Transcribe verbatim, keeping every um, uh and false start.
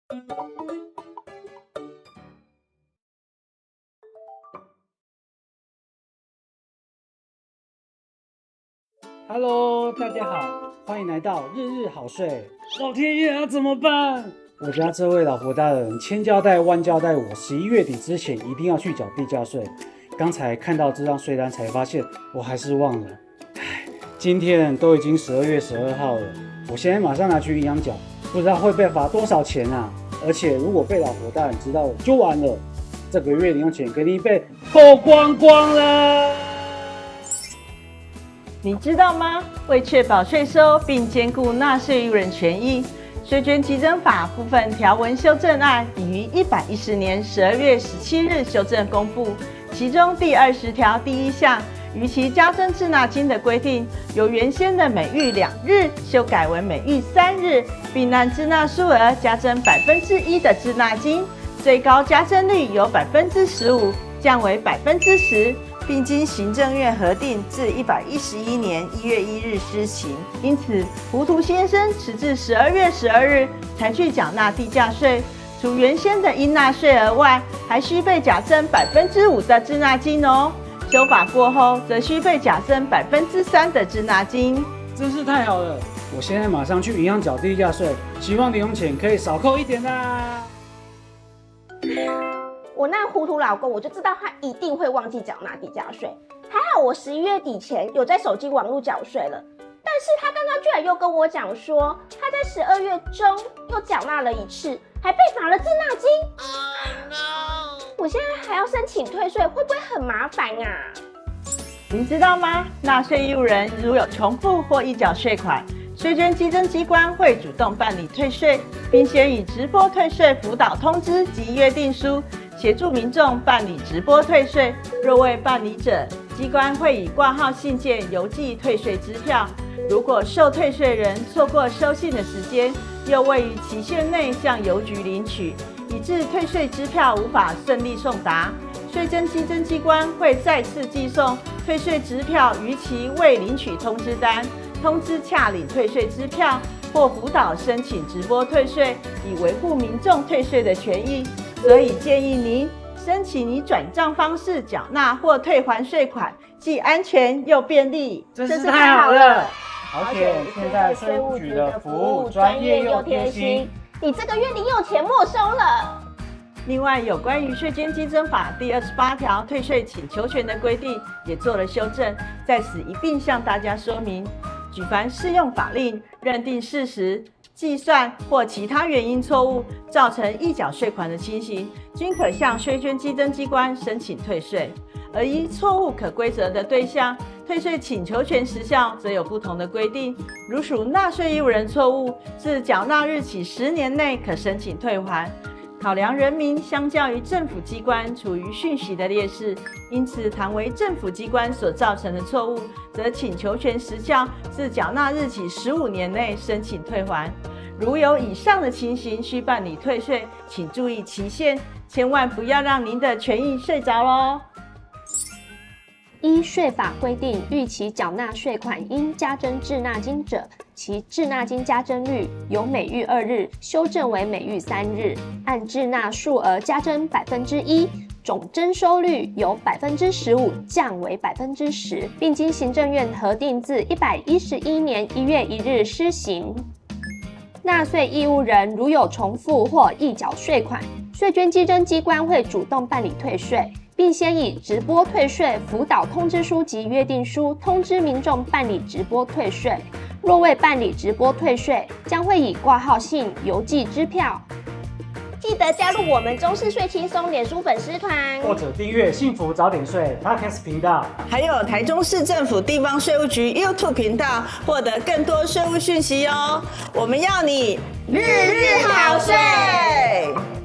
Hello， 大家好，欢迎来到日日好睡。老天爷啊，怎么办？我家这位老婆大人千交代万交代我，十一月底之前一定要去缴地价税。刚才看到这张税单才发现，我还是忘了。唉，今天都已经十二月十二号了，我现在马上拿去银行缴，不知道会被罚多少钱啊！而且如果被老婆大人知道了，就完了，这个月零用钱肯定被扣光光了。 你知道吗？为确保税收并兼顾纳税义务人权益，税捐稽征法部分条文修正案已于一百一十年十二月十七日修正公布。其中第二十条第一项，逾期加征滞纳金的规定，由原先的每逾两日修改为每逾三日，并按滞纳数额加征百分之一的滞纳金，最高加征率由百分之十五降为百分之十。并经行政院核定，自一百一十一年一月一日施行。因此，糊涂先生迟至十二月十二日才去缴纳地价税，除原先的应纳税额外，还需被假征百分之五的滞纳金哦。修法过后，则需被假征百分之三的滞纳金。 真是太好了！我现在马上去银行缴地价税，希望零用钱可以少扣一点啦。 我那糊涂老公，我就知道他一定会忘记缴纳地价税。还好我十一月底前有在手机网络缴税了，但是他刚刚居然又跟我讲说，他在十二月中又缴纳了一次，还被罚了滞纳金。Oh, no. 我现在还要申请退税，会不会很麻烦啊？ 您知道吗？纳税义务人如有重复或异缴税款，税捐稽征机关会主动办理退税，并先以直拨退税辅导通知及约定书协助民众办理直拨退税。若未办理者，机关会以挂号信件邮寄退税支票。如果受退税人错过收信的时间，又未于期限内向邮局领取，以致退税支票无法顺利送达，税捐稽征机关会再次寄送退税支票逾期未领取通知单、通知洽领退税支票或辅导申请直拨退税，以维护民众退税的权益。所以建议您申请以转账方式缴纳或退还税款，既安全又便利。 真是太好了！而且现在税务局的服务专业又贴心， 你这个月零用钱没收了。 另外，有关于税捐稽征法第二十八条退税请求权的规定也做了修正，在此一并向大家说明：举凡适用法令认定事实、计算或其他原因错误造成异缴税款的情形，均可向税捐稽征机关申请退税。而依错误可归责的对象，退税请求权时效则有不同的规定。如属纳税义务人错误，自缴纳日起十年内可申请退还。考量人民相较于政府机关处于讯息的劣势，因此倘为政府机关所造成的错误，则请求权时效自缴纳日起十五年内申请退还。如有以上的情形需办理退税，请注意期限，千万不要让您的权益睡着咯。 依税法规定，逾期缴纳税款应加征滞纳金者，其滞纳金加征率由每逾二日修正为每逾三日，按滞纳数额加征百分之一，总征收率由百分之十五降为百分之十，并经行政院核定，自一百一十一年一月一日施行。纳税义务人如有重复或异缴税款，税捐稽征机关会主动办理退税，并先以直拨退税辅导通知书及约定书通知民众办理直拨退税。若未办理直拨退税，将会以挂号信邮寄支票。 记得加入我们中市税轻松脸书粉丝团， 或者订阅幸福早点税 Podcast 频道， 还有台中市政府地方税务局 YouTube 频道，获得更多税务讯息哦。我们要你日日好税。